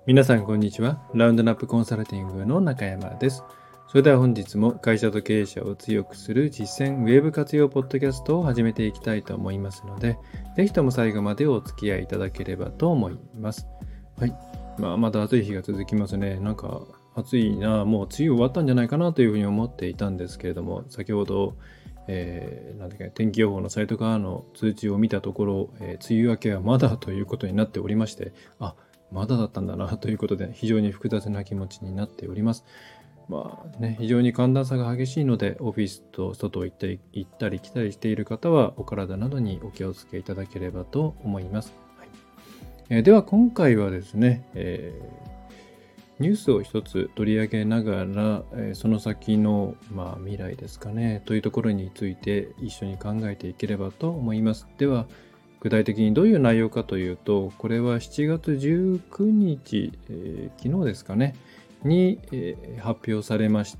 皆さんこんにちは。ラウンドナップコンサルティングの中山です。それでは本日も会社と経営者を強くする実践ウェブ活用ポッドキャストを始めていきたいと思いますので、ぜひとも最後までお付き合いいただければと思います。はい。まだ暑い日が続きますね。なんか暑いな、もう梅雨終わったんじゃないかなというふうに思っていたんですけれども、先ほど天気予報のサイトからの通知を見たところ、梅雨明けはまだということになっておりまして、まだだったんだなということで非常に複雑な気持ちになっております。非常に寒暖差が激しいのでオフィスと外を行ったり来たりしている方はお体などにお気をつけいただければと思います。では今回はですね、ニュースを一つ取り上げながら、その先の、未来ですかねというところについて一緒に考えていければと思います。では具体的にどういう内容かというと、これは7月19日、昨日ですかねに、発表されました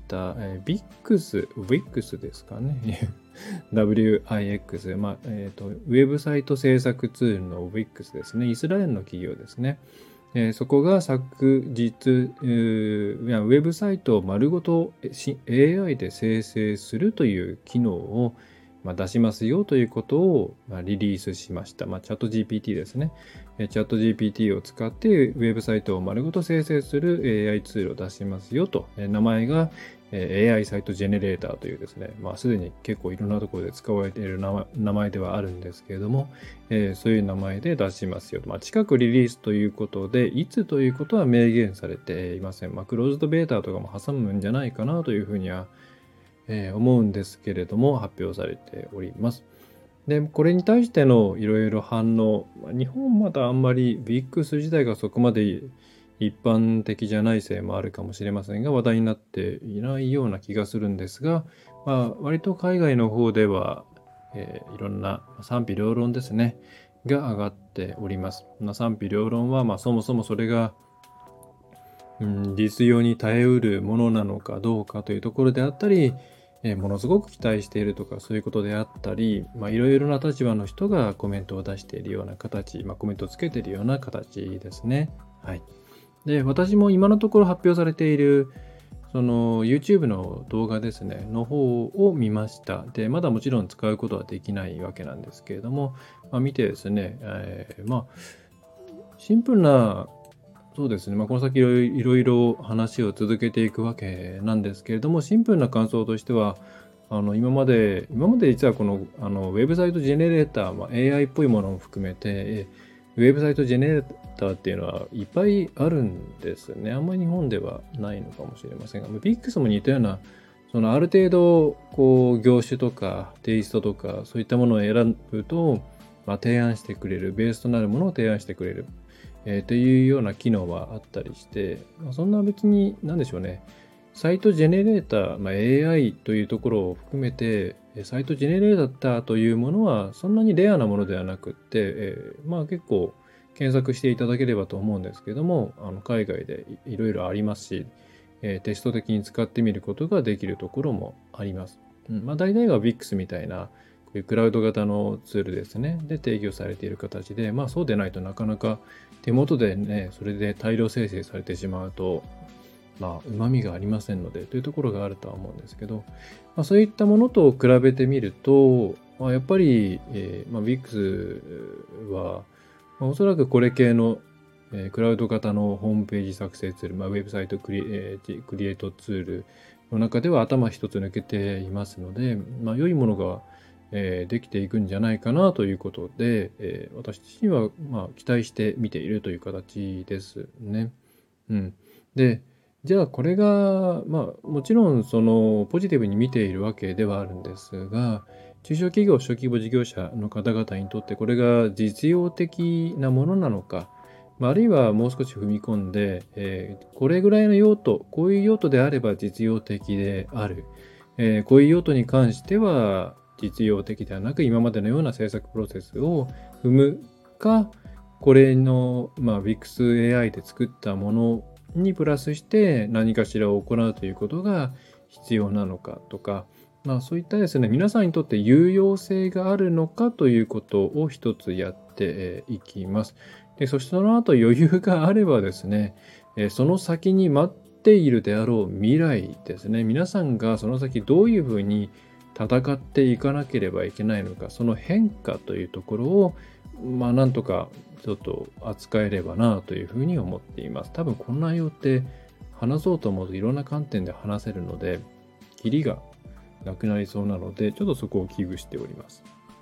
、WIX ですかねWIX、ウェブサイト制作ツールの WIX ですね。イスラエルの企業ですね。そこが昨日、ウェブサイトを丸ごと AI で生成するという機能を出しますよということをリリースしました。チャット GPT ですね。チャット GPT を使ってウェブサイトを丸ごと生成する AI ツールを出しますよと。名前が AI サイトジェネレーターというですね、すでに結構いろんなところで使われている名前ではあるんですけれども、そういう名前で出しますよと。近くリリースということで、いつということは明言されていません。クローズドベータとかも挟むんじゃないかなというふうには思うんですけれども、発表されております。で、これに対してのいろいろ反応、日本まだあんまり WIX 自体がそこまで一般的じゃないせいもあるかもしれませんが、話題になっていないような気がするんですが、割と海外の方では、いろんな賛否両論ですね、が上がっております。賛否両論は、そもそもそれが実用に耐えうるものなのかどうかというところであったり、ものすごく期待しているとかそういうことであったり、いろいろな立場の人がコメントを出しているような形、コメントをつけているような形ですね。はい。で、私も今のところ発表されているその YouTube の動画ですね、の方を見ました。で、まだもちろん使うことはできないわけなんですけれども、見てですね、シンプルなそうですね。この先いろいろ話を続けていくわけなんですけれども、シンプルな感想としては、今まで実はこの、ウェブサイトジェネレーター、AI っぽいものを含めて、ウェブサイトジェネレーターっていうのはいっぱいあるんですね。あんまり日本ではないのかもしれませんが、BIX も似たような、ある程度、業種とかテイストとか、そういったものを選ぶと、提案してくれる、ベースとなるものを提案してくれる。というような機能はあったりして、そんな別に何でしょうね。サイトジェネレーター、AI というところを含めて、サイトジェネレーターというものはそんなにレアなものではなくって、結構検索していただければと思うんですけども、海外でいろいろありますし、テスト的に使ってみることができるところもあります。大体が WIX みたいな、こういうクラウド型のツールですね。で提供されている形で、そうでないとなかなか手元でね、それで大量生成されてしまうと、旨味がありませんので、というところがあるとは思うんですけど、そういったものと比べてみると、やっぱり、WIX は、おそらくこれ系の、クラウド型のホームページ作成ツール、ウェブサイトクリエイトツールの中では頭一つ抜けていますので、良いものができていくんじゃないかなということで、私自身は期待して見ているという形ですね。で、じゃあこれが、もちろんそのポジティブに見ているわけではあるんですが、中小企業、小規模事業者の方々にとってこれが実用的なものなのか、あるいはもう少し踏み込んで、これぐらいの用途、こういう用途であれば実用的である。こういう用途に関しては実用的ではなく、今までのような制作プロセスを踏むか、これの、WIX AI で作ったものにプラスして何かしらを行うということが必要なのかとか、そういったですね、皆さんにとって有用性があるのかということを一つやっていきます。で、そしてその後余裕があればですね、 その先に待っているであろう未来ですね。皆さんがその先どういうふうに戦っていかなければいけないのか、その変化というところを、なんとかちょっと扱えればなというふうに思っています。多分この内容って話そうと思うといろんな観点で話せるので、キリがなくなりそうなので、ちょっとそこを危惧しております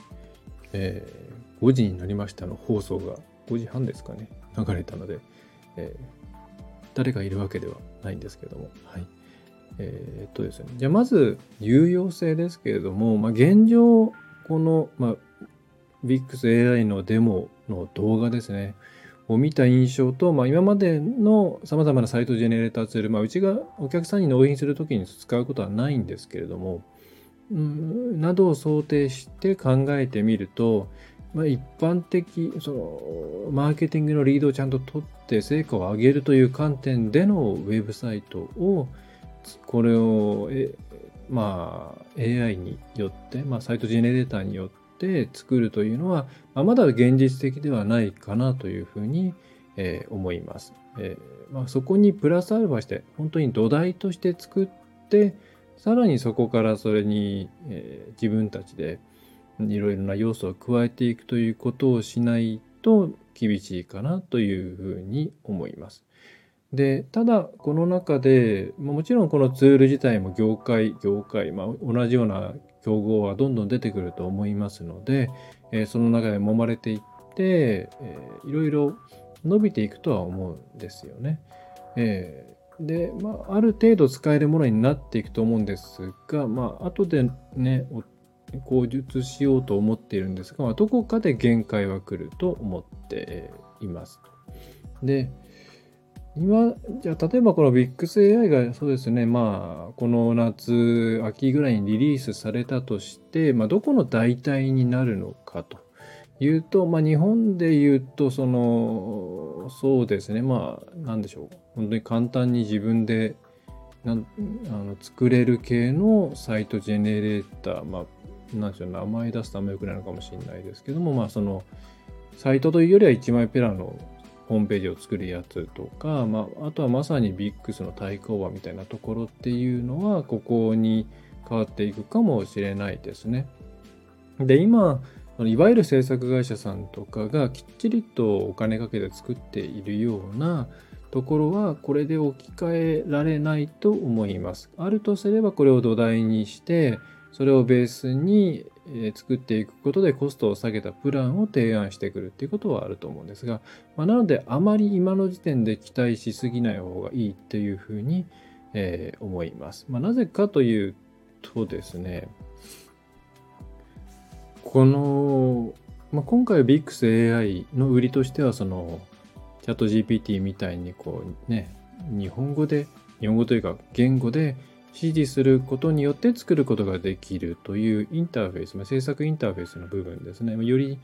。5時になりましたの放送が5時半ですかね、流れたので、誰がいるわけではないんですけれども、はい。ですね。じゃあまず有用性ですけれども、現状この、VixAI のデモの動画ですねを見た印象と、今までのさまざまなサイトジェネレーターツール、うちがお客さんに納品するときに使うことはないんですけれども、などを想定して考えてみると、一般的、マーケティングのリードをちゃんと取って成果を上げるという観点でのウェブサイトを、これを、AI によって、サイトジェネレーターによって作るというのは、まだ現実的ではないかなというふうに、思います。そこにプラスアルファして、本当に土台として作って、さらにそこからそれに、自分たちでいろいろな要素を加えていくということをしないと厳しいかなというふうに思います。で、ただこの中でもちろんこのツール自体も業界、同じような競合はどんどん出てくると思いますので、その中で揉まれていって、いろいろ伸びていくとは思うんですよね。で、ある程度使えるものになっていくと思うんですが、後でね、口述しようと思っているんですが、どこかで限界は来ると思っています。で、今、じゃあ例えばこの VixAI がそうですね、この夏、秋ぐらいにリリースされたとして、どこの代替になるのかというと、日本で言うと、そうですね、なんでしょう、本当に簡単に自分で作れる系のサイトジェネレーター、なんでしょう、名前出すとあんま良くないのかもしれないですけども、そのサイトというよりは一枚ペラのホームページを作るやつとか、あとはまさに VIX の対抗馬みたいなところっていうのは、ここに変わっていくかもしれないですね。で、今、いわゆる制作会社さんとかがきっちりとお金かけて作っているようなところは、これで置き換えられないと思います。あるとすれば、これを土台にして、それをベースに作っていくことでコストを下げたプランを提案してくるっていうことはあると思うんですが、なのであまり今の時点で期待しすぎない方がいいっていうふうに、思います。なぜかというとですね、この、今回は VixAI の売りとしては、チャット GPT みたいに日本語というか言語で指示することによって作ることができるというインターフェース、制作インターフェースの部分ですね。より、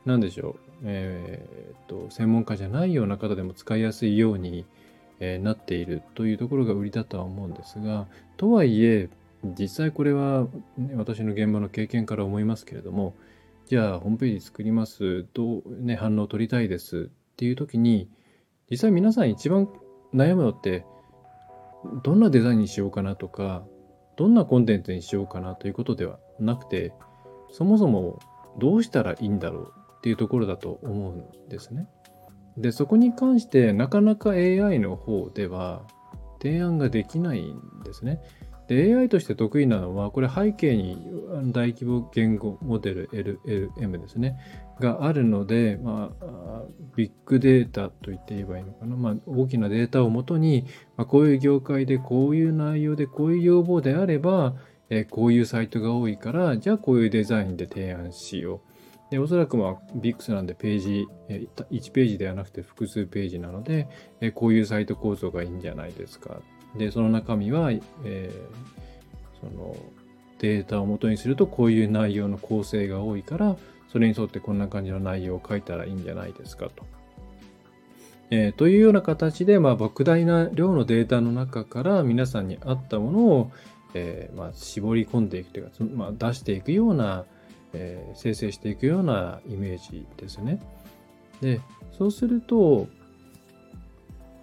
専門家じゃないような方でも使いやすいように、なっているというところが売りだとは思うんですが、とはいえ、実際これは、私の現場の経験から思いますけれども、じゃあホームページ作ります、反応を取りたいですっていう時に、実際皆さん一番悩むのって、どんなデザインにしようかなとか、どんなコンテンツにしようかなということではなくて、そもそもどうしたらいいんだろうっていうところだと思うんですね。で、そこに関してなかなか AI の方では提案ができないんですね。で、AI として得意なのは、これ背景に大規模言語モデル LLM ですね、があるので、ビッグデータと言って言えばいいのかな。大きなデータをもとに、こういう業界でこういう内容でこういう要望であれば、こういうサイトが多いから、じゃあこういうデザインで提案しよう。で、おそらくVIX なんでページ、1ページではなくて複数ページなので、こういうサイト構造がいいんじゃないですか。で、その中身は、そのデータを元にするとこういう内容の構成が多いから、それに沿ってこんな感じの内容を書いたらいいんじゃないですかと。というような形で、莫大な量のデータの中から皆さんに合ったものを、絞り込んでいくというか、出していくような、生成していくようなイメージですね。で、そうすると、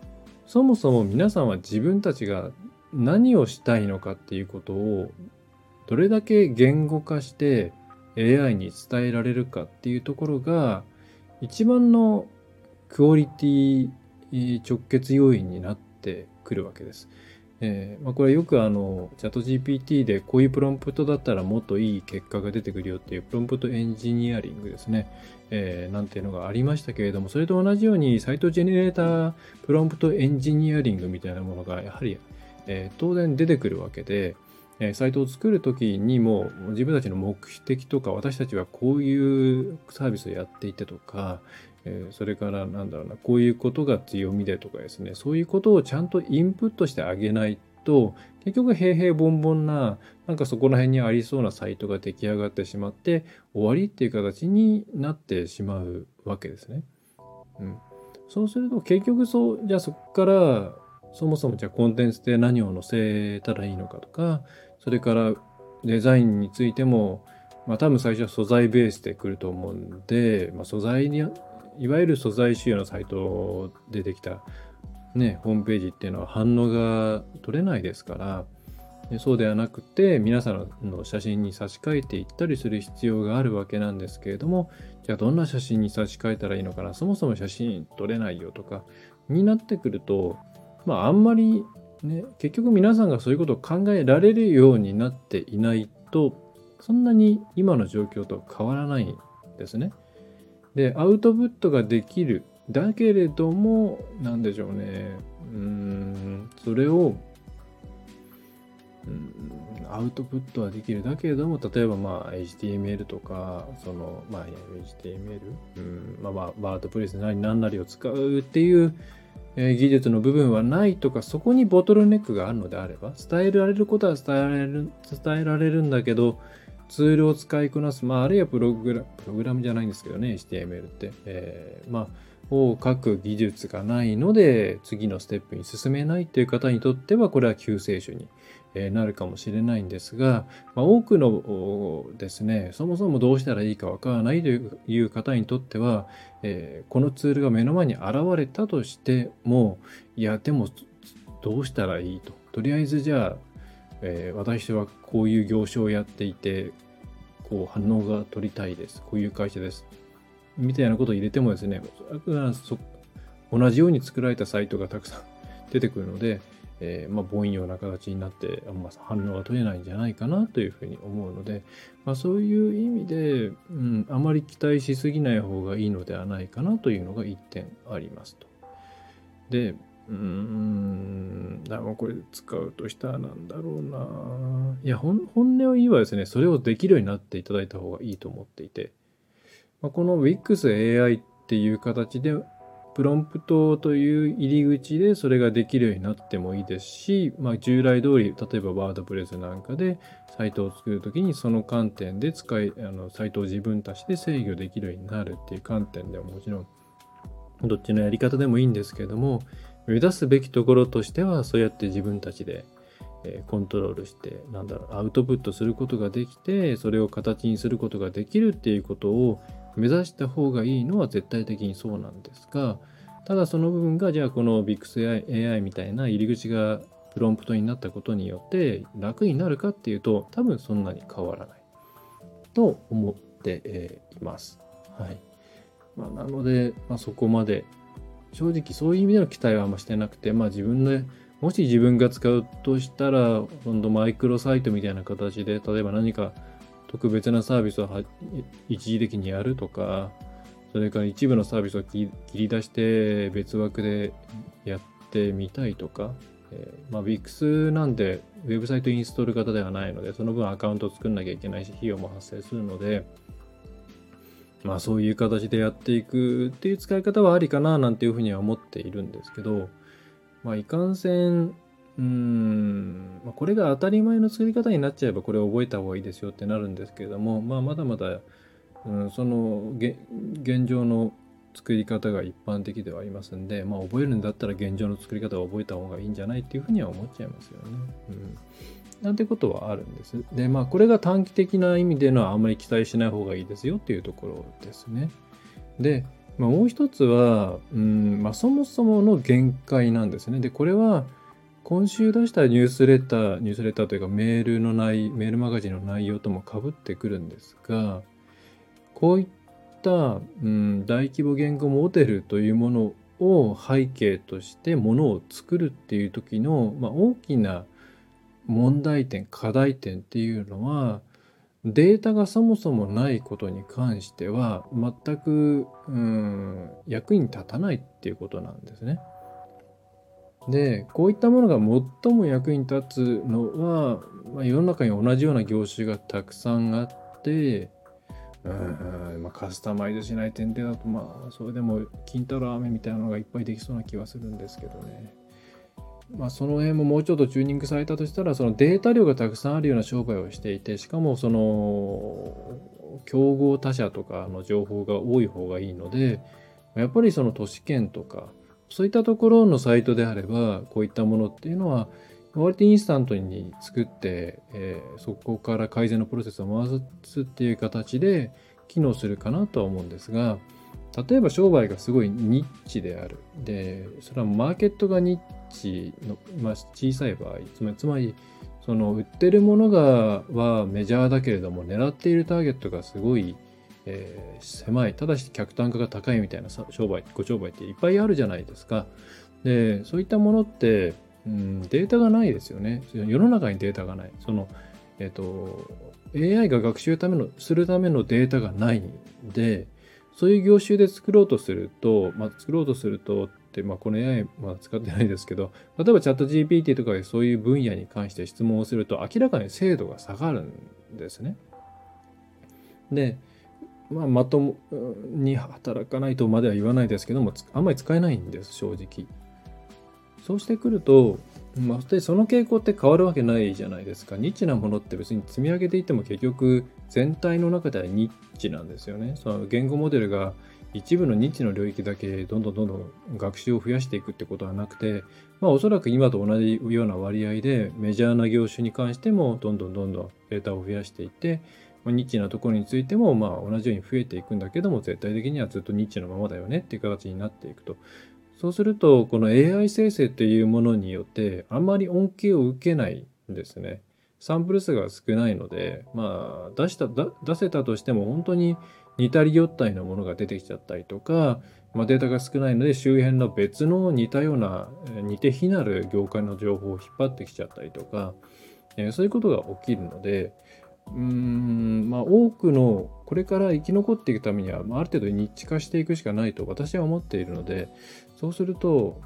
そもそも皆さんは自分たちが何をしたいのかっていうことをどれだけ言語化して AI に伝えられるかっていうところが一番のクオリティ直結要因になってくるわけです。これよくチャット GPT でこういうプロンプトだったらもっといい結果が出てくるよっていうプロンプトエンジニアリングですね、なんていうのがありましたけれども、それと同じようにサイトジェネレータープロンプトエンジニアリングみたいなものがやはり、当然出てくるわけで、サイトを作るときにも自分たちの目的とか、私たちはこういうサービスをやっていてとか、それからこういうことが強みでとかですね、そういうことをちゃんとインプットしてあげないと、結局平々凡々な、そこら辺にありそうなサイトが出来上がってしまって終わりっていう形になってしまうわけですね。そうすると結局じゃあそこからそもそもじゃあコンテンツで何を載せたらいいのかとか、それからデザインについても、多分最初は素材ベースで来ると思うんで、素材にいわゆる素材仕様のサイトでできた、ホームページっていうのは反応が取れないですから、そうではなくて皆さんの写真に差し替えていったりする必要があるわけなんですけれども、じゃあどんな写真に差し替えたらいいのかな、そもそも写真撮れないよとかになってくると、あんまりね、結局皆さんがそういうことを考えられるようになっていないと、そんなに今の状況と変わらないんですね。で、アウトプットができる。だけれども、なんでしょうね。それを、アウトプットはできる。だけれども、例えばHTML とか、HTML、ワードプレス何なりを使うっていう技術の部分はないとか、そこにボトルネックがあるのであれば、伝えられることは伝えられるんだけど、ツールを使いこなす、あるいはプログラムじゃないんですけどね、HTML って、を書く技術がないので、次のステップに進めないという方にとっては、これは救世主になるかもしれないんですが、多くのですね、そもそもどうしたらいいかわからないという方にとっては、このツールが目の前に現れたとしても、いや、でもどうしたらいいと。とりあえずじゃあ、私はこういう業種をやっていて、こう反応が取りたいです。こういう会社です。みたいなことを入れてもですね、同じように作られたサイトがたくさん出てくるので、凡庸な形になって反応が取れないんじゃないかなというふうに思うので、そういう意味で、あまり期待しすぎない方がいいのではないかなというのが一点ありますと。で、これ使うとしたらなんだろうな。いや、本音を言えばですね、それをできるようになっていただいた方がいいと思っていて、この Wix AI っていう形で、プロンプトという入り口でそれができるようになってもいいですし、従来通り、例えばワードプレスなんかでサイトを作るときにその観点でサイトを自分たちで制御できるようになるっていう観点でももちろん、どっちのやり方でもいいんですけれども、目指すべきところとしては、そうやって自分たちでコントロールして、アウトプットすることができて、それを形にすることができるっていうことを目指した方がいいのは絶対的にそうなんですが、ただその部分が、じゃあこの WixAI みたいな入り口がプロンプトになったことによって楽になるかっていうと、多分そんなに変わらないと思っています。はい。なので、そこまで正直そういう意味での期待はあんましてなくて、もし自分が使うとしたら、今度マイクロサイトみたいな形で、例えば何か特別なサービスを一時的にやるとか、それから一部のサービスを切り出して別枠でやってみたいとか、Wix なんでウェブサイトインストール型ではないので、その分アカウントを作んなきゃいけないし、費用も発生するので、そういう形でやっていくっていう使い方はありかななんていうふうには思っているんですけど、いかんせん、これが当たり前の作り方になっちゃえばこれを覚えた方がいいですよってなるんですけれども、まだまだ、その現状の作り方が一般的ではありますんで、覚えるんだったら現状の作り方を覚えた方がいいんじゃないっていうふうには思っちゃいますよね。なんてことはあるんです。で、これが短期的な意味でのはあんまり期待しない方がいいですよっていうところですね。で、 もう一つは、そもそもの限界なんですね。で、これは今週出したニュースレターというかメールマガジンの内容とも被ってくるんですが、こういった、大規模言語モデルというものを背景としてものを作るっていう時の、大きな問題点、課題点っていうのは、データがそもそもないことに関しては全く、役に立たないっていうことなんですね。で、こういったものが最も役に立つのは、世の中に同じような業種がたくさんあって、カスタマイズしない点でだと、それでも金太郎飴みたいなのがいっぱいできそうな気はするんですけどね。その辺ももうちょっとチューニングされたとしたら、そのデータ量がたくさんあるような商売をしていて、しかもその競合他社とかの情報が多い方がいいので、やっぱりその都市圏とかそういったところのサイトであれば、こういったものっていうのは割とインスタントに作って、そこから改善のプロセスを回すっていう形で機能するかなとは思うんですが、例えば商売がすごいニッチである。で、それはマーケットがニッチの、小さい場合、つまり、その売ってるものはメジャーだけれども、狙っているターゲットがすごい、狭い、ただし客単価が高いみたいなご商売っていっぱいあるじゃないですか。で、そういったものって、データがないですよね。世の中にデータがない。AI が学習するためのデータがないんで、そういう業種で作ろうとするとって、この AI は使ってないですけど、例えばチャット GPT とかでそういう分野に関して質問をすると、明らかに精度が下がるんですね。で、まともに働かないとまでは言わないですけども、あんまり使えないんです、正直。そうしてくると、でその傾向って変わるわけないじゃないですか。ニッチなものって別に積み上げていっても結局全体の中ではニッチなんですよね。その言語モデルが一部のニッチの領域だけどんどん学習を増やしていくってことはなくて、おそらく今と同じような割合でメジャーな業種に関してもどんどんデータを増やしていって、ニッチなところについても同じように増えていくんだけども、絶対的にはずっとニッチのままだよねっていう形になっていくと。そうすると、この AI 生成というものによって、あんまり恩恵を受けないんですね。サンプル数が少ないので、出せたとしても本当に似たり寄ったりのものが出てきちゃったりとか、データが少ないので周辺の別の似たような、似て非なる業界の情報を引っ張ってきちゃったりとか、そういうことが起きるので、多くのこれから生き残っていくためには、ある程度ニッチ化していくしかないと私は思っているので、そうすると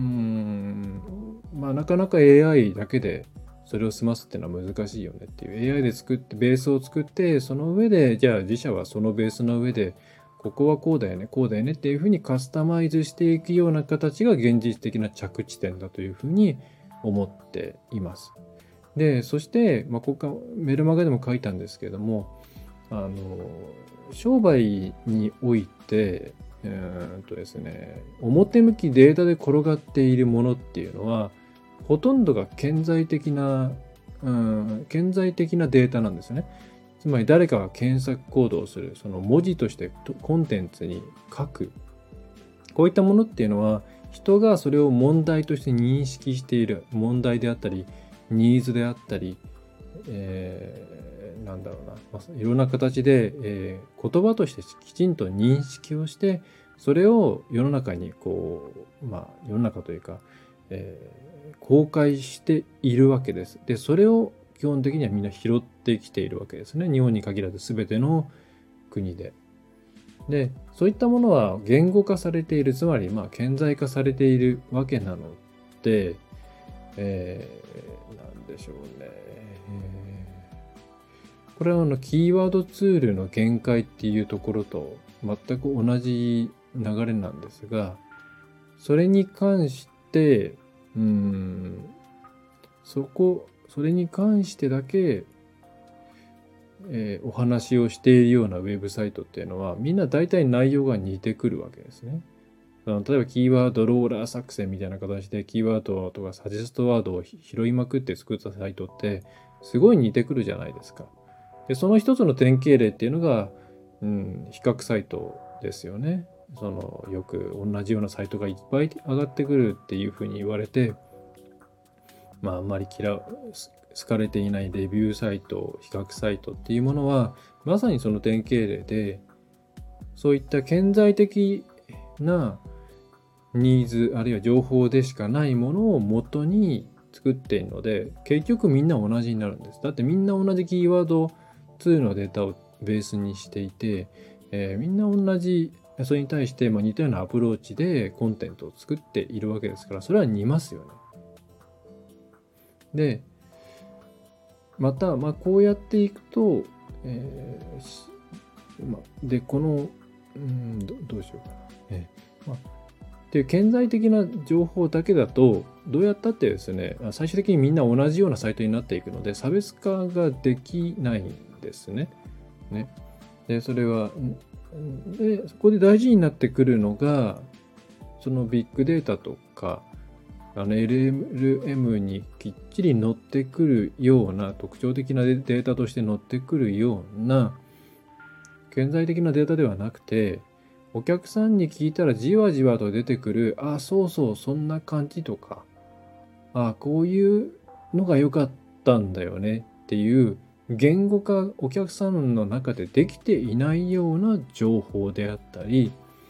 なかなか AI だけでそれを済ますっていうのは難しいよねっていう。 AI で作ってベースを作って、その上でじゃあ自社はそのベースの上でここはこうだよねこうだよねっていうふうにカスタマイズしていくような形が現実的な着地点だというふうに思っています。で、そして、ここかメルマガでも書いたんですけれども、商売において、ですね、表向きデータで転がっているものっていうのは、ほとんどが顕在的なデータなんですよね。つまり誰かが検索行動をする、その文字としてコンテンツに書く。こういったものっていうのは、人がそれを問題として認識している問題であったり、ニーズであったり、いろんな形で、言葉としてきちんと認識をして、それを世の中に世の中というか、公開しているわけです。で、それを基本的にはみんな拾ってきているわけですね。日本に限らず全ての国で。で、そういったものは言語化されている、つまり顕在化されているわけなので、なんでしょうね。これはキーワードツールの限界っていうところと全く同じ流れなんですが、それに関して、それに関してだけ、お話をしているようなウェブサイトっていうのは、みんな大体内容が似てくるわけですね。例えばキーワードローラー作戦みたいな形でキーワードとかサジェストワードを拾いまくって作ったサイトってすごい似てくるじゃないですか。で、その一つの典型例っていうのが、比較サイトですよね。 よく同じようなサイトがいっぱい上がってくるっていうふうに言われて、あんまり好かれていないレビューサイト、比較サイトっていうものは、まさにその典型例で、そういった顕在的なニーズ、あるいは情報でしかないものを元に作っているので、結局みんな同じになるんです。だってみんな同じキーワード2のデータをベースにしていて、みんな同じ、それに対して似たようなアプローチでコンテンツを作っているわけですから、それは似ますよね。で、また、こうやっていくと、で、この、どうしようかな。っていう顕在的な情報だけだと、どうやったってですね、最終的にみんな同じようなサイトになっていくので、差別化ができないんですね。で、それは、そこで大事になってくるのが、そのビッグデータとか、LLM にきっちり乗ってくるような、特徴的なデータとして乗ってくるような、顕在的なデータではなくて、お客さんに聞いたらじわじわと出てくる、そうそう、そんな感じとか、こういうのが良かったんだよねっていう言語化、お客さんの中でできていないような情報であったり、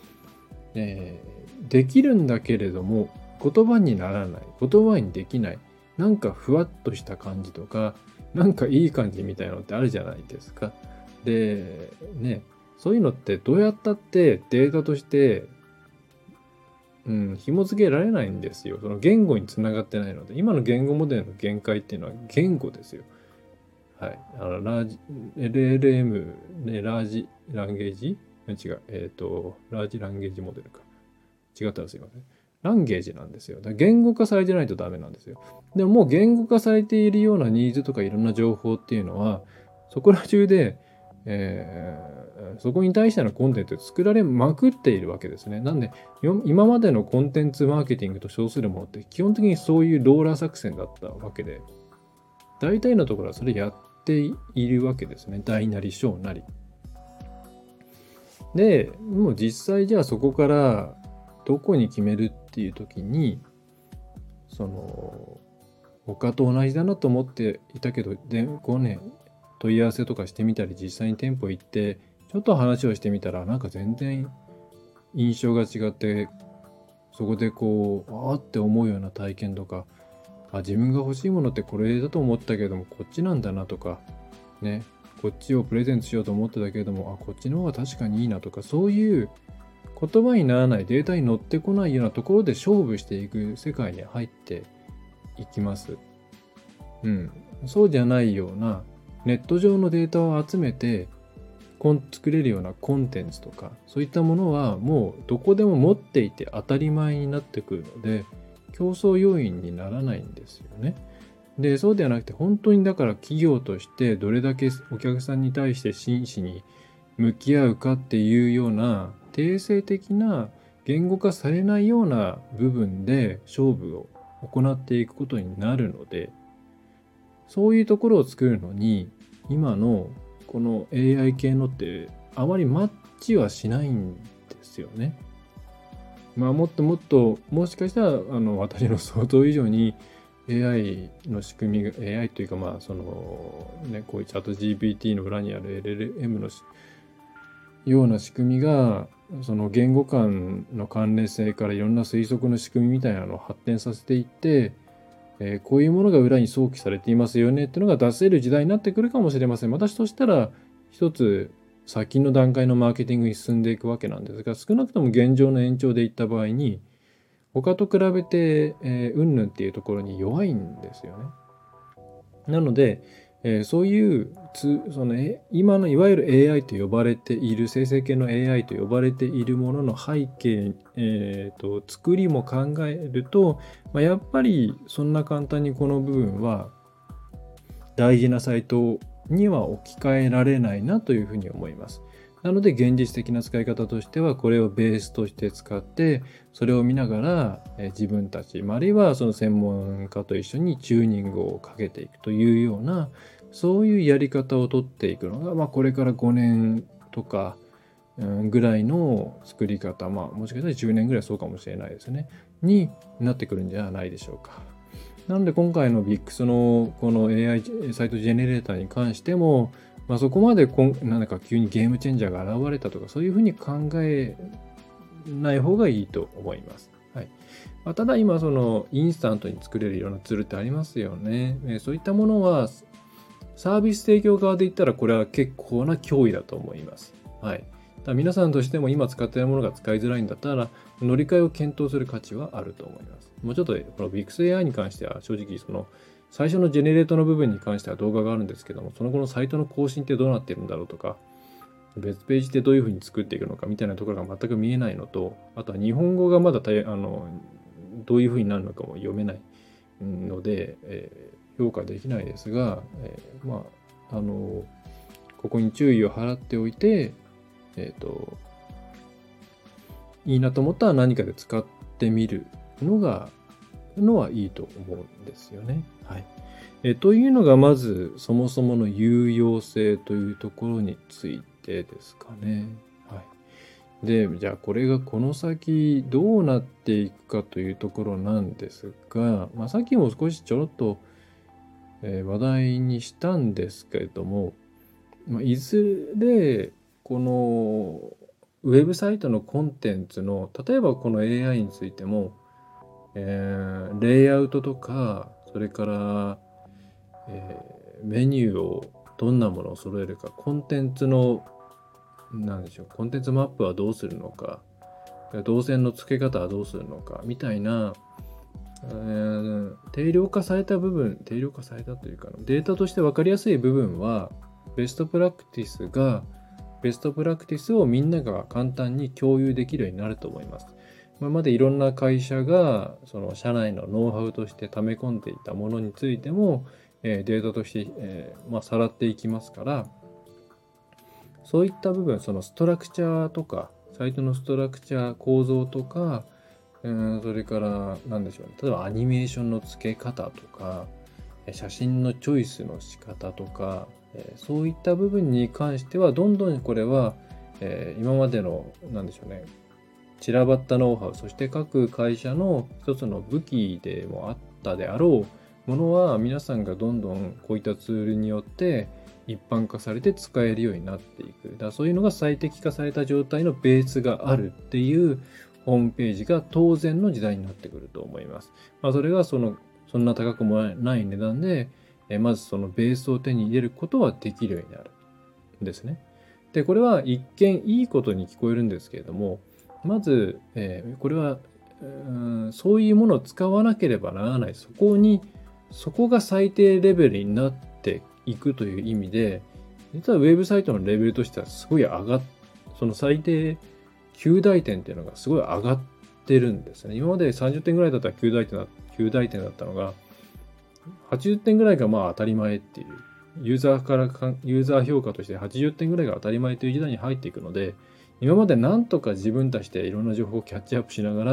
できるんだけれども言葉にならない、言葉にできない、なんかふわっとした感じとか、なんかいい感じみたいなのってあるじゃないですか。で、そういうのってどうやったってデータとして紐付けられないんですよ。その言語につながってないので、今の言語モデルの限界っていうのは言語ですよ。はい。LLM、ラージランゲージ違う。ラージランゲージモデルか。違ったらすいません。ランゲージなんですよ。だから言語化されてないとダメなんですよ。でももう言語化されているようなニーズとかいろんな情報っていうのは、そこら中で、そこに対してのコンテンツを作られまくっているわけですね。なんで、今までのコンテンツマーケティングと称するものって基本的にそういうローラー作戦だったわけで、大体のところはそれやっているわけですね。大なり小なり。で、もう実際じゃあそこからどこに決めるっていう時に、他と同じだなと思っていたけど、問い合わせとかしてみたり、実際に店舗行ってちょっと話をしてみたら、なんか全然印象が違って、そこでって思うような体験とか、自分が欲しいものってこれだと思ったけどもこっちなんだなとかね、こっちをプレゼントしようと思ってたけれども、こっちの方が確かにいいなとか、そういう言葉にならないデータに乗ってこないようなところで勝負していく世界に入っていきます。そうじゃないようなネット上のデータを集めて作れるようなコンテンツとか、そういったものはもうどこでも持っていて当たり前になってくるので、競争要因にならないんですよね。で、そうではなくて、本当にだから企業としてどれだけお客さんに対して真摯に向き合うかっていうような定性的な言語化されないような部分で勝負を行っていくことになるので、そういうところを作るのに今のこの AI 系のってあまりマッチはしないんですよね。もっともっともしかしたら私の想像以上に AI の仕組みが AI というかこういうチャット GPT の裏にある LLM のような仕組みがその言語間の関連性からいろんな推測の仕組みみたいなのを発展させていって、こういうものが裏に想起されていますよねっていうのが出せる時代になってくるかもしれません。私としたら一つ先の段階のマーケティングに進んでいくわけなんですが、少なくとも現状の延長でいった場合に他と比べてうんぬんっていうところに弱いんですよね。なので、そういう今のいわゆる AI と呼ばれている生成系の AI と呼ばれているものの背景、作りも考えると、やっぱりそんな簡単にこの部分は大事なサイトには置き換えられないなというふうに思います。なので現実的な使い方としてはこれをベースとして使ってそれを見ながら自分たちあるいはその専門家と一緒にチューニングをかけていくというようなそういうやり方をとっていくのがこれから5年とかぐらいの作り方、もしかしたら10年ぐらいそうかもしれないですね、になってくるんじゃないでしょうか。なので今回の VIX のこの AI サイトジェネレーターに関しても、そこまでなんか急にゲームチェンジャーが現れたとかそういうふうに考えない方がいいと思います。はい。ただ今そのインスタントに作れるようなツールってありますよね。そういったものはサービス提供側で言ったらこれは結構な脅威だと思います。はい。だ皆さんとしても今使っているものが使いづらいんだったら乗り換えを検討する価値はあると思います。もうちょっとこの VIX AI に関しては正直その最初のジェネレートの部分に関しては動画があるんですけども、その後のサイトの更新ってどうなってるんだろうとか、別ページってどういうふうに作っていくのかみたいなところが全く見えないのと、あとは日本語がまだどういうふうになるのかも読めないので、評価できないですが、ここに注意を払っておいて、いいなと思ったら何かで使ってみるのはいいと思うんですよね。はい。というのがまずそもそもの有用性というところについてですかね。はい。で、じゃあこれがこの先どうなっていくかというところなんですが、さっきも少しちょろっと、話題にしたんですけれども、いずれこのウェブサイトのコンテンツの例えばこの AI についても、レイアウトとかそれから、メニューをどんなものを揃えるか、コンテンツのコンテンツマップはどうするのか、動線の付け方はどうするのかみたいな、定量化されたというかデータとして分かりやすい部分はベストプラクティスをみんなが簡単に共有できるようになると思います。今までいろんな会社がその社内のノウハウとして溜め込んでいたものについても、データとして、さらっていきますから、そういった部分、そのストラクチャーとかサイトのストラクチャー構造とか、それから何でしょうね、例えばアニメーションの付け方とか写真のチョイスの仕方とか、そういった部分に関してはどんどんこれは、今までの散らばったノウハウ、そして各会社の一つの武器でもあったであろうものは皆さんがどんどんこういったツールによって一般化されて使えるようになっていく。だからそういうのが最適化された状態のベースがあるっていうホームページが当然の時代になってくると思います。それがそんな高くもない値段で、まずそのベースを手に入れることはできるようになるんですね。で、これは一見いいことに聞こえるんですけれども、まず、これはそういうものを使わなければならない。そこが最低レベルになっていくという意味で、実はウェブサイトのレベルとしてはすごいその最低9大点っていうのがすごい上がってるんですね。今まで30点ぐらいだったら9大点だったのが、80点ぐらいが当たり前っていう、ユーザー評価として80点ぐらいが当たり前という時代に入っていくので、今までなんとか自分たちでいろんな情報をキャッチアップしながら、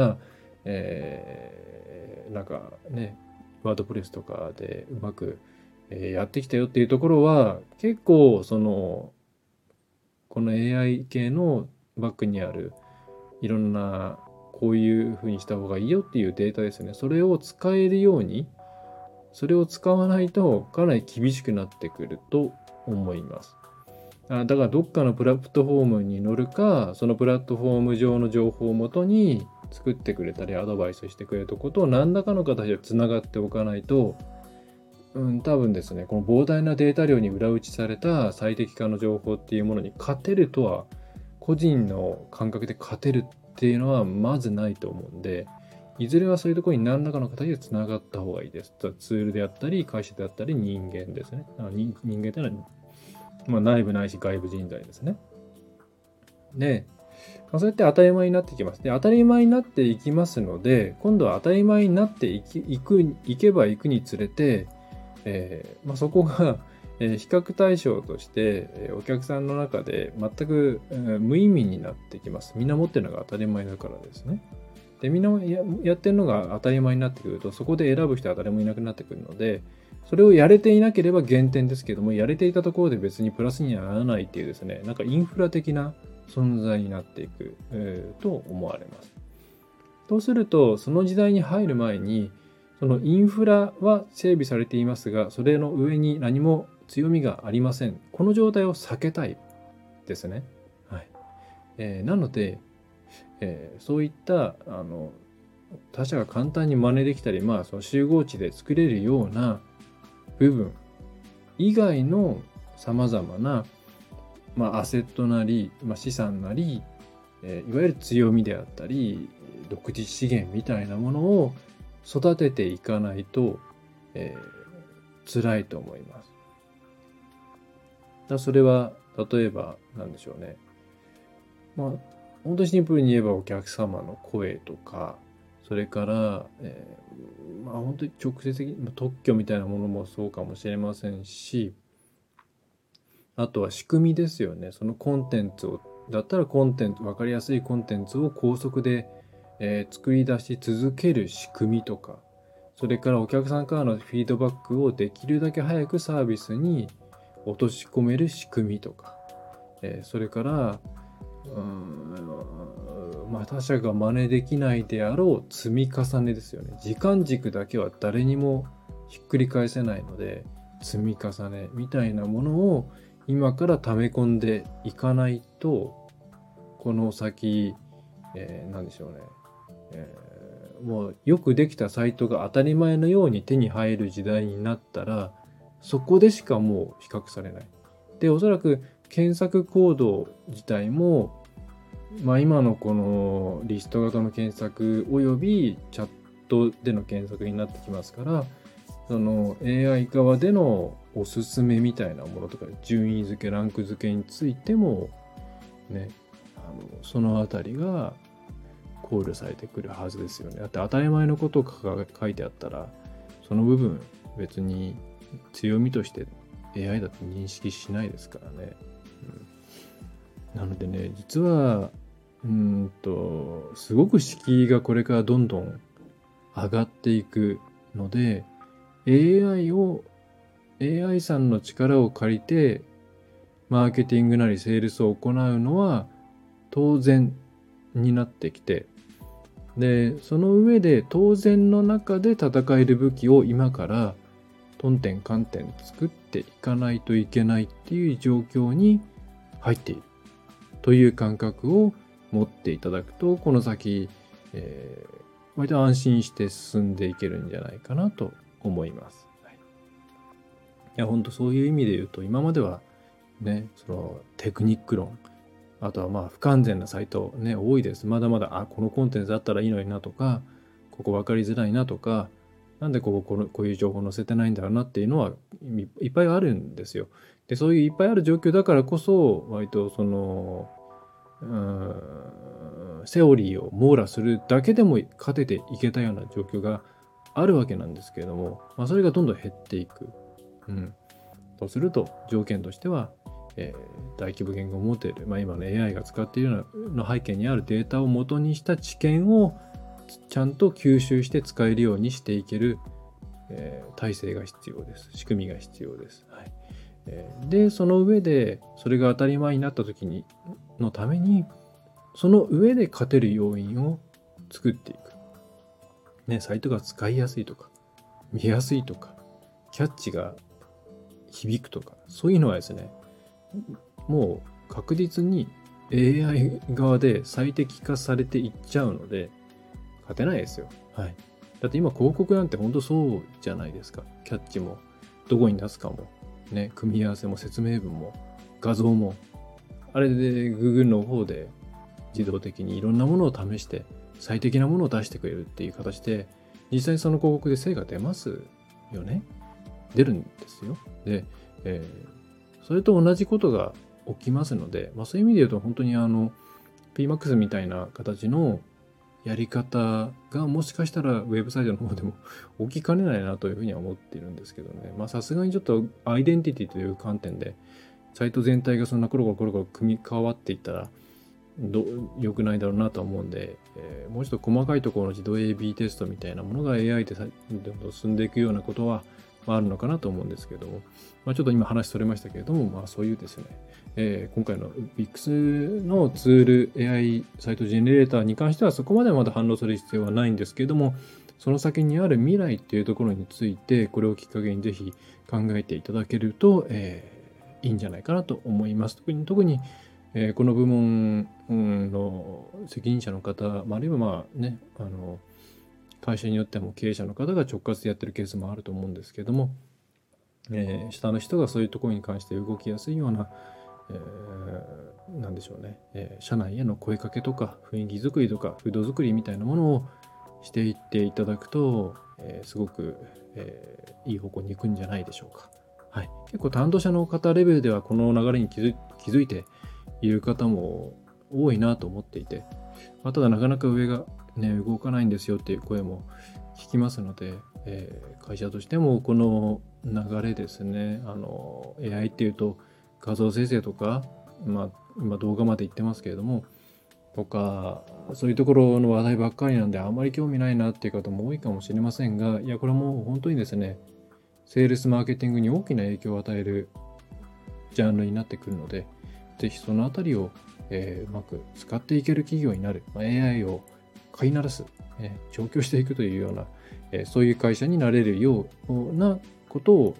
ワードプレスとかでうまくやってきたよっていうところは、結構この AI 系のバックにあるいろんなこういうふうにした方がいいよっていうデータですね。それを使えるように、それを使わないとかなり厳しくなってくると思います。だからどっかのプラットフォームに乗るか、そのプラットフォーム上の情報をもとに作ってくれたりアドバイスしてくれるとことを何らかの形でつながっておかないと、多分ですね、この膨大なデータ量に裏打ちされた最適化の情報っていうものに勝てるとは、個人の感覚で勝てるっていうのはまずないと思うんで、いずれはそういうところに何らかの形でつながった方がいいです。ツールであったり、会社であったり、人間ですね。人間というのは、内部ないし外部人材ですね。で、そうやって当たり前になっていきます。で、当たり前になっていきますので、今度は当たり前になっていけばいくにつれて、そこが、比較対象として、お客さんの中で全く、無意味になってきます。みんな持ってるのが当たり前だからですね。で、みんなやってるのが当たり前になってくると、そこで選ぶ人は誰もいなくなってくるので、それをやれていなければ減点ですけども、やれていたところで別にプラスにはならないっていうですね、なんかインフラ的な存在になっていく、と思われます。そうすると、その時代に入る前に、そのインフラは整備されていますが、それの上に何も強みがありません。この状態を避けたいですね。はい。なので、そういった他者が簡単に真似できたり、その集合値で作れるような部分以外のさまざまな、アセットなり、資産なり、いわゆる強みであったり、独自資源みたいなものを育てていかないと、辛いと思います。それは例えば何でしょうね。本当にシンプルに言えばお客様の声とか、それから、本当に直接的に特許みたいなものもそうかもしれませんし、あとは仕組みですよね。そのコンテンツをだったら分かりやすいコンテンツを高速で、作り出し続ける仕組みとか、それからお客さんからのフィードバックをできるだけ早くサービスに落とし込める仕組みとか、それから他者が真似できないであろう積み重ねですよね。時間軸だけは誰にもひっくり返せないので、積み重ねみたいなものを今から溜め込んでいかないと、この先、何でしょうね、もうよくできたサイトが当たり前のように手に入る時代になったら、そこでしかもう比較されない。で、おそらく検索行動自体も、今のこのリスト型の検索およびチャットでの検索になってきますから、その AI 側でのおすすめみたいなものとか、順位付け、ランク付けについてもね、そのあたりが考慮されてくるはずですよね。だって当たり前のことが書いてあったら、その部分別に強みとして AI だと認識しないですからね。なのでね、実はすごく敷居がこれからどんどん上がっていくので、AI さんの力を借りてマーケティングなりセールスを行うのは当然になってきて、でその上で当然の中で戦える武器を今からトンテンカンテン作っていかないといけないっていう状況に入っているという感覚を持っていただくと、この先、割と安心して進んでいけるんじゃないかなと思います。いや、本当そういう意味で言うと、今まではね、そのテクニック論、あとは不完全なサイトね、多いです。まだまだ、このコンテンツあったらいいのになとか、ここ分かりづらいなとか、なんでこういう情報載せてないんだろうなっていうのはいっぱいあるんですよ。で、そういういっぱいある状況だからこそ、割とその、セオリーを網羅するだけでも勝てていけたような状況があるわけなんですけれども、それがどんどん減っていく。とすると条件としては、大規模言語モデル、今の AI が使っているようなの背景にあるデータを元にした知見をちゃんと吸収して使えるようにしていける、体制が必要です。仕組みが必要です。で、その上でそれが当たり前になった時のために、その上で勝てる要因を作っていく。サイトが使いやすいとか、見やすいとか、キャッチが響くとか、そういうのはですね、もう確実に AI 側で最適化されていっちゃうので、勝てないですよ。だって今広告なんて本当そうじゃないですか。キャッチも、どこに出すかも、組み合わせも説明文も、画像も、あれで Google の方で自動的にいろんなものを試して最適なものを出してくれるっていう形で、実際にその広告で成果出ますよね。出るんですよ。で、それと同じことが起きますので、そういう意味で言うと本当にPMAX みたいな形のやり方がもしかしたらウェブサイトの方でも起きかねないなというふうには思っているんですけどね。さすがにちょっとアイデンティティという観点でサイト全体がそんなコロコロ組み変わっていったら良くないだろうなと思うんで、もうちょっと細かいところの自動 AB テストみたいなものが AI でどんどん進んでいくようなことはあるのかなと思うんですけれども、ちょっと今話それましたけれども、そういうですね、今回の Wix のツール AI サイトジェネレーターに関してはそこまでまだ反応する必要はないんですけれども、その先にある未来っていうところについて、これをきっかけにぜひ考えていただけると、いいんじゃないかなと思います。特にこの部門の責任者の方、あるいは会社によっても経営者の方が直轄でやってるケースもあると思うんですけども、下の人がそういうところに関して動きやすいような、なんでしょうね、社内への声かけとか雰囲気作りとか風土作りみたいなものをしていっていただくと、すごく、いい方向に行くんじゃないでしょうか。はい、結構担当者の方レベルではこの流れに気づいている方も多いなと思っていて、ただなかなか上が、動かないんですよっていう声も聞きますので、会社としてもこの流れですね、AI っていうと画像生成とか、今動画まで言ってますけれどもとか、そういうところの話題ばっかりなんであんまり興味ないなっていう方も多いかもしれませんが、いやこれはもう本当にですね、セールスマーケティングに大きな影響を与えるジャンルになってくるので、ぜひそのあたりを、うまく使っていける企業になる、AI を飼いならす、調教していくというような、そういう会社になれるようなことを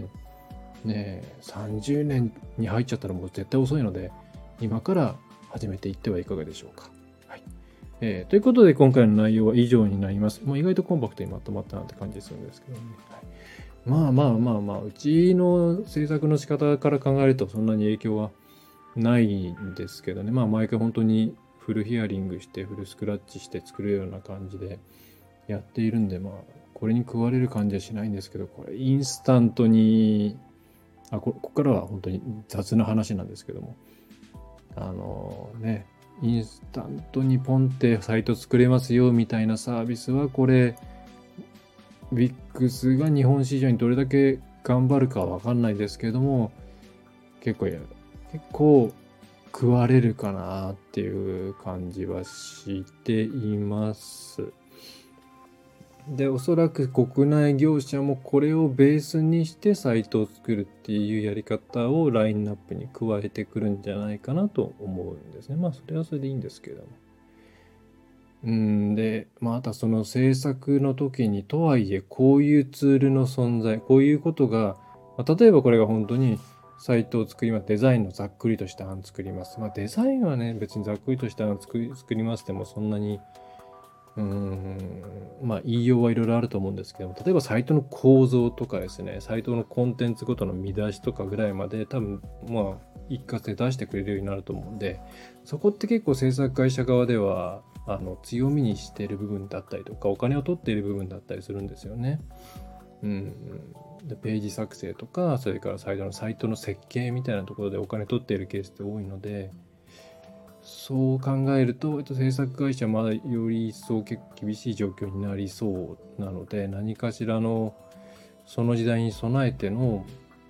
2030年に入っちゃったらもう絶対遅いので、今から始めていってはいかがでしょうか。はい。ということで今回の内容は以上になります。意外とコンパクトにまとまったなって感じするんですけどね。はい、うちの制作の仕方から考えるとそんなに影響はないんですけどね。毎回本当にフルヒアリングしてフルスクラッチして作るような感じでやっているんで、これに食われる感じはしないんですけど、これインスタントに、ここからは本当に雑な話なんですけども、インスタントにポンってサイト作れますよみたいなサービスは、これ Wix が日本市場にどれだけ頑張るかは分かんないですけれども、結構食われるかなっていう感じはしています。で、おそらく国内業者もこれをベースにしてサイトを作るっていうやり方をラインナップに加えてくるんじゃないかなと思うんですね。それはそれでいいんですけれども。で、あとはその制作の時にとはいえこういうツールの存在、こういうことが、例えばこれが本当にサイトを作ります。デザインのざっくりとした案作ります。デザインはね、別にざっくりとした案作りますでもそんなに、言いようはいろいろあると思うんですけども、例えばサイトの構造とかですね、サイトのコンテンツごとの見出しとかぐらいまで多分一括で出してくれるようになると思うんで、そこって結構制作会社側では強みにしている部分だったりとか、お金を取っている部分だったりするんですよね。でページ作成とか、それからサイトの設計みたいなところでお金取っているケースって多いので、そう考えると、制作会社はまだより一層結構厳しい状況になりそうなので、何かしらのその時代に備えての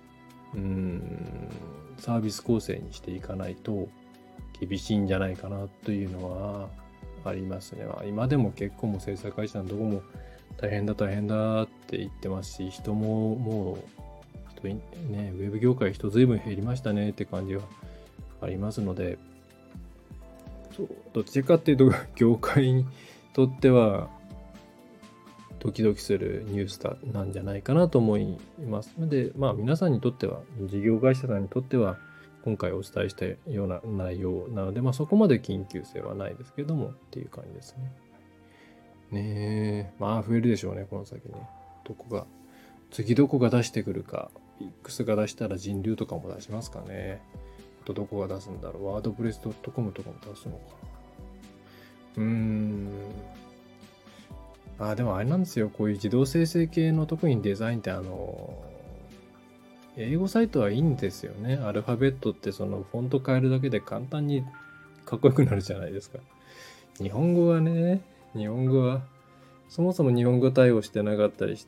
サービス構成にしていかないと厳しいんじゃないかなというのはありますね。今でも結構もう制作会社のどこも大変だって言ってますし、人ももうウェブ業界人随分減りましたねって感じはありますので、どっちかっていうと業界にとってはドキドキするニュースなんじゃないかなと思いますので、皆さんにとっては、事業会社さんにとっては今回お伝えしたような内容なので、そこまで緊急性はないですけどもっていう感じですね。増えるでしょうね、この先ね。次どこが出してくるか。Wix が出したら人流とかも出しますかね。どこが出すんだろう。wordpress.com とかも出すのかな。でもあれなんですよ。こういう自動生成系の特にデザインって英語サイトはいいんですよね。アルファベットってそのフォント変えるだけで簡単にかっこよくなるじゃないですか。日本語はそもそも日本語対応してなかったりして、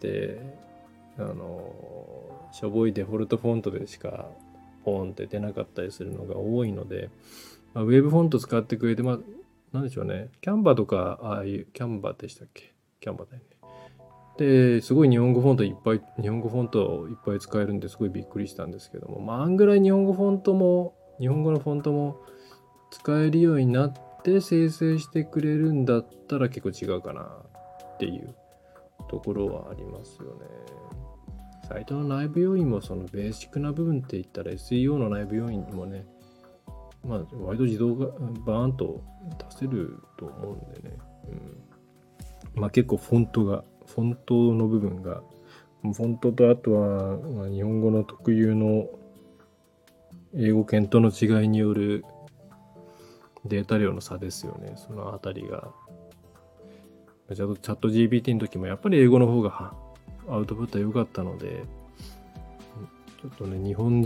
しょぼいデフォルトフォントでしかポーンって出なかったりするのが多いので、ウェブフォント使ってくれて、なんでしょうね。キャンバとか、ああいう、キャンバでしたっけ？キャンバだよね。 で、すごい日本語フォントをいっぱい使えるんですごいびっくりしたんですけども、あんぐらい日本語のフォントも使えるようになって生成してくれるんだったら結構違うかなっていうところはありますよね。サイトの内部要因もそのベーシックな部分って言ったら SEO の内部要因もね、割と自動がバーンと出せると思うんでね。結構フォントの部分が、フォントとあとは、日本語の特有の英語圏との違いによるデータ量の差ですよね。そのあたりが。チャット GPT の時もやっぱり英語の方がアウトプットは良かったので、ちょっとね、日本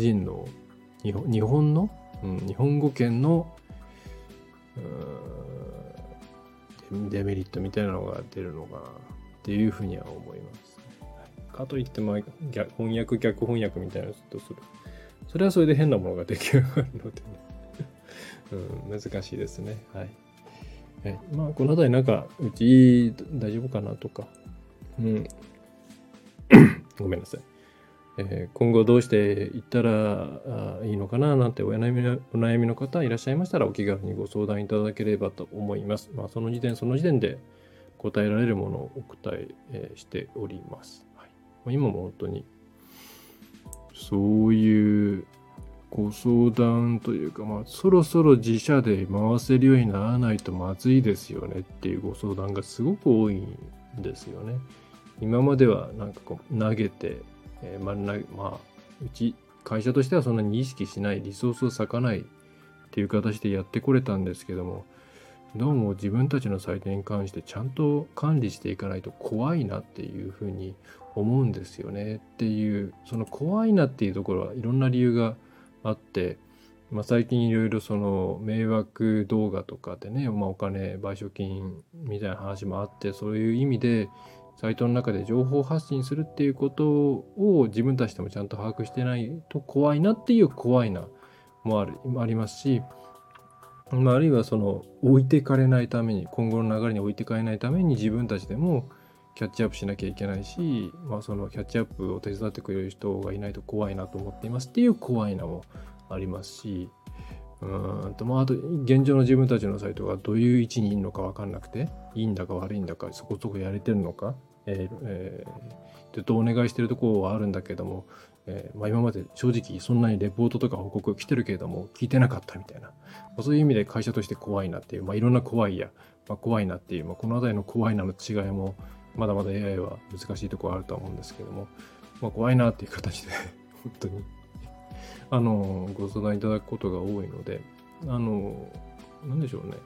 語圏のデメリットみたいなのが出るのかなっていうふうには思います。かといって逆翻訳みたいなのとする。それはそれで変なものが出来上がるのでね、難しいですね。はい。このあたりうち大丈夫かなとか、ごめんなさい。今後どうしていったらいいのかななんてお悩みの方いらっしゃいましたらお気軽にご相談いただければと思います。その時点で答えられるものをお答えしております。はい、今も本当にそういうご相談というか、そろそろ自社で回せるようにならないとまずいですよねっていうご相談がすごく多いんですよね。今までは投げて、うち会社としてはそんなに意識しない、リソースを割かないっていう形でやってこれたんですけども、どうも自分たちのサイトに関してちゃんと管理していかないと怖いなっていうふうに思うんですよねっていう、その怖いなっていうところはいろんな理由があって、最近いろいろその迷惑動画とかでね、お金賠償金みたいな話もあって、そういう意味でサイトの中で情報発信するっていうことを自分たちでもちゃんと把握してないと怖いなっていう怖いなもありますし、あるいはその置いてかれないために、今後の流れに置いてかれないために自分たちでもキャッチアップしなきゃいけないし、そのキャッチアップを手伝ってくれる人がいないと怖いなと思っていますっていう怖いなもありますし、あと現状の自分たちのサイトがどういう位置にいるのか分かんなくて、いいんだか悪いんだか、そこそこやれてるのか、ずっとお願いしてるところはあるんだけども、今まで正直そんなにレポートとか報告来てるけれども聞いてなかったみたいな、そういう意味で会社として怖いなっていう、いろんな怖いなっていう、このあたりの怖いなの違いもまだまだ AI は難しいところあるとは思うんですけども、怖いなっていう形で本当にご相談いただくことが多いので、なんでしょうね。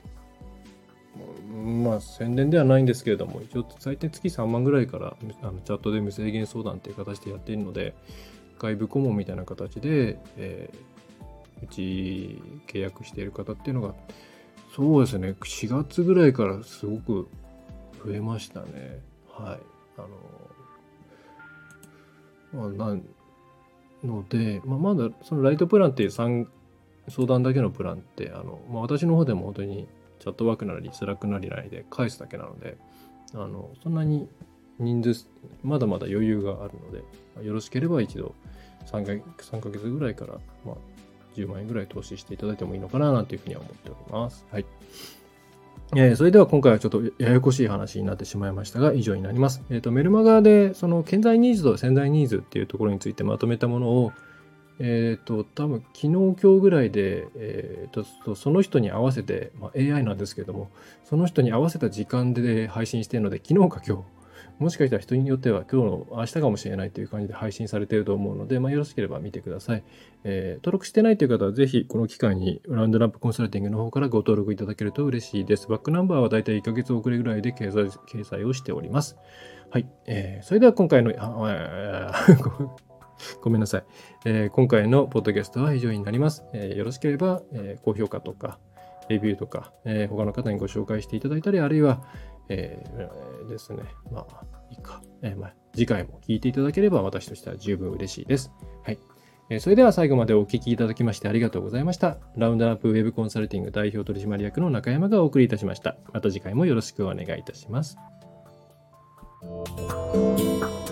宣伝ではないんですけれども、一応最低月3万ぐらいからチャットで無制限相談っていう形でやっているので、外部顧問みたいな形で、うち契約している方っていうのが、そうですね、4月ぐらいからすごく増えましたね。はい。なので、まだそのライトプランっていう相談だけのプランって、私の方でも本当にチャットワークなりスラックなりで返すだけなので、そんなに人数まだまだ余裕があるので、よろしければ一度3ヶ月ぐらいから、10万円ぐらい投資していただいてもいいのかななんていうふうには思っております。はい。それでは今回はちょっとややこしい話になってしまいましたが、以上になります。メルマガでその顕在ニーズと潜在ニーズっていうところについてまとめたものを、多分昨日今日ぐらいで、その人に合わせて、AI なんですけども、その人に合わせた時間で配信しているので、昨日か今日、もしかしたら人によっては今日の明日かもしれないという感じで配信されていると思うので、よろしければ見てください。登録してないという方はぜひこの機会にラウンドランプコンサルティングの方からご登録いただけると嬉しいです。バックナンバーはだいたい1ヶ月遅れぐらいで掲載をしております。はい。それでは今回のごめんなさい。今回のポッドキャストは以上になります。よろしければ、高評価とか、レビューとか、他の方にご紹介していただいたり、あるいは、ですね、いいか、次回も聞いていただければ私としては十分嬉しいです。はい。それでは最後までお聞きいただきましてありがとうございました。ラウンドアップウェブコンサルティング代表取締役の中山がお送りいたしました。また次回もよろしくお願いいたします。 す。